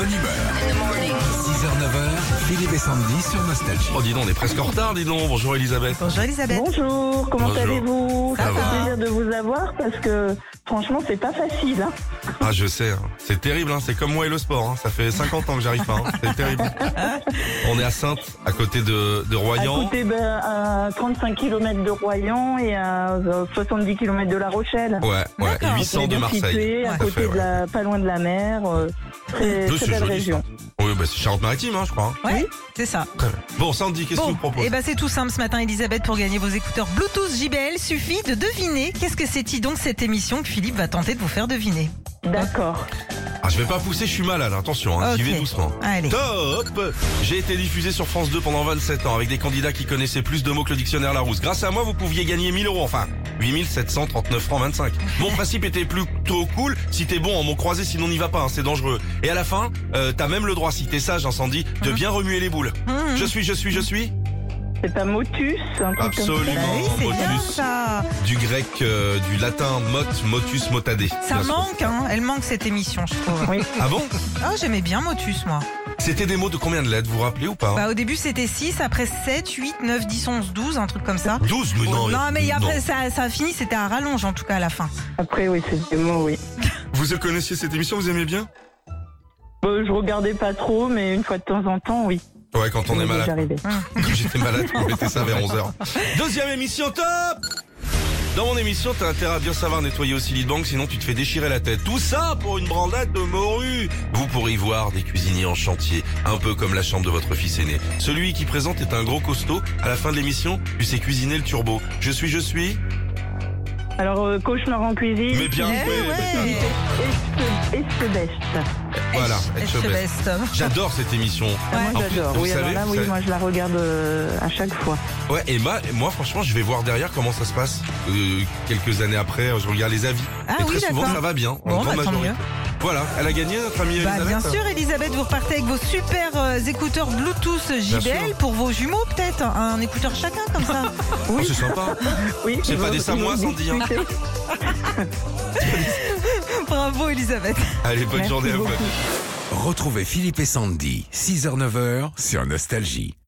bonne humeur. 6h-9h, Philippe et Sandy sur Nostalgie. Oh, dis donc, on est presque en retard, dis donc. Bonjour Elisabeth. Bonjour Elisabeth. Bonjour, comment Bonjour. allez-vous? Ça Ça va. fait plaisir de vous avoir parce que franchement c'est pas facile. Hein. Ah, je sais, hein. C'est terrible, hein. C'est comme moi et le sport. Hein. Ça fait 50 ans que j'arrive pas. Hein. C'est terrible. On est à Saintes, à côté de À Royan. côté à 35 km de Royan et à 70 km de La Rochelle. Ouais, ouais. D'accord. Et 800 de Bien Marseille. situé, à Tout à côté fait, de ouais. pas loin de la mer. Très, Bleu, très c'est belle joli, région. ça. Oui, bah c'est Charente-Maritime, hein, je crois. Hein. Ouais, c'est ça. Très bien. Bon, Sandy, qu'est-ce que tu nous proposes? Et ben c'est tout simple ce matin Elisabeth, pour gagner vos écouteurs Bluetooth JBL, suffit de deviner qu'est-ce que c'est donc cette émission que Philippe va tenter de vous faire deviner. D'accord. Ah, je vais pas pousser, je suis malade, attention, hein. J'y Ok. vais doucement. Allez. Top! J'ai été diffusé sur France 2 pendant 27 ans avec des candidats qui connaissaient plus de mots que le dictionnaire Larousse. Grâce à moi, vous pouviez gagner 1000 euros, enfin 8739 francs 25. Mon principe était plutôt cool, si t'es bon en mots croisés, sinon n'y va pas, hein, c'est dangereux. Et à la fin, t'as même le droit, si t'es sage, Sandy, de bien remuer les boules. Je suis. C'est un motus, un truc Absolument. comme Bah oui, c'est bien Motus. ça. Du grec, du latin, motus, motade. Ça Bien sûr. manque, hein. Elle manque cette émission, je trouve. ça. Oui. Ah bon? Ah, j'aimais bien Motus, moi. C'était des mots de combien de lettres, vous vous rappelez ou pas? Bah, au début, c'était 6, après 7, 8, 9, 10, 11, 12, un truc comme ça. 12, mais non. non, mais après, non. ça a fini, c'était à rallonge, en tout cas, à la fin. Après oui, c'est des mots, oui. Vous connaissiez cette émission, vous aimez bien? Je regardais pas trop, mais une fois de temps en temps, oui. Ouais, quand on est Ça m'est déjà malade. arrivé. Quand j'étais malade, on mettait ça vers 11h. Deuxième émission, top! Dans mon émission, t'as intérêt à bien savoir nettoyer aussi lit de banque, sinon tu te fais déchirer la tête. Tout ça pour une brandade de morue. Vous pourrez y voir des cuisiniers en chantier, un peu comme la chambre de votre fils aîné. Celui qui présente est un gros costaud. À la fin de l'émission, tu sais cuisiner le turbo. Je suis. Alors cauchemar en cuisine. Mais bien Eh joué, ouais. mais Et ce best. Voilà, Best. J'adore cette émission. Moi En plus, j'adore. vous Oui, alors savez, là, oui, moi je la regarde à chaque fois. Ouais, et moi franchement, je vais voir derrière comment ça se passe. Quelques années après, je regarde les avis. Ah et oui, très souvent, d'accord. ça va bien. En Bon, grande bah, tant majorité. mieux. Voilà, elle a gagné, notre amie Bah, Elisabeth. bien sûr, Elisabeth, vous repartez avec vos super écouteurs Bluetooth Bien JBL sûr. pour vos jumeaux, peut-être. Un écouteur chacun, comme ça. Oh, c'est sympa. Oui. C'est pas des Samois, Sandy, hein. Bravo, Elisabeth. Allez, bonne Merci journée à vous. beaucoup. Retrouvez Philippe et Sandy, 6h-9h sur Nostalgie.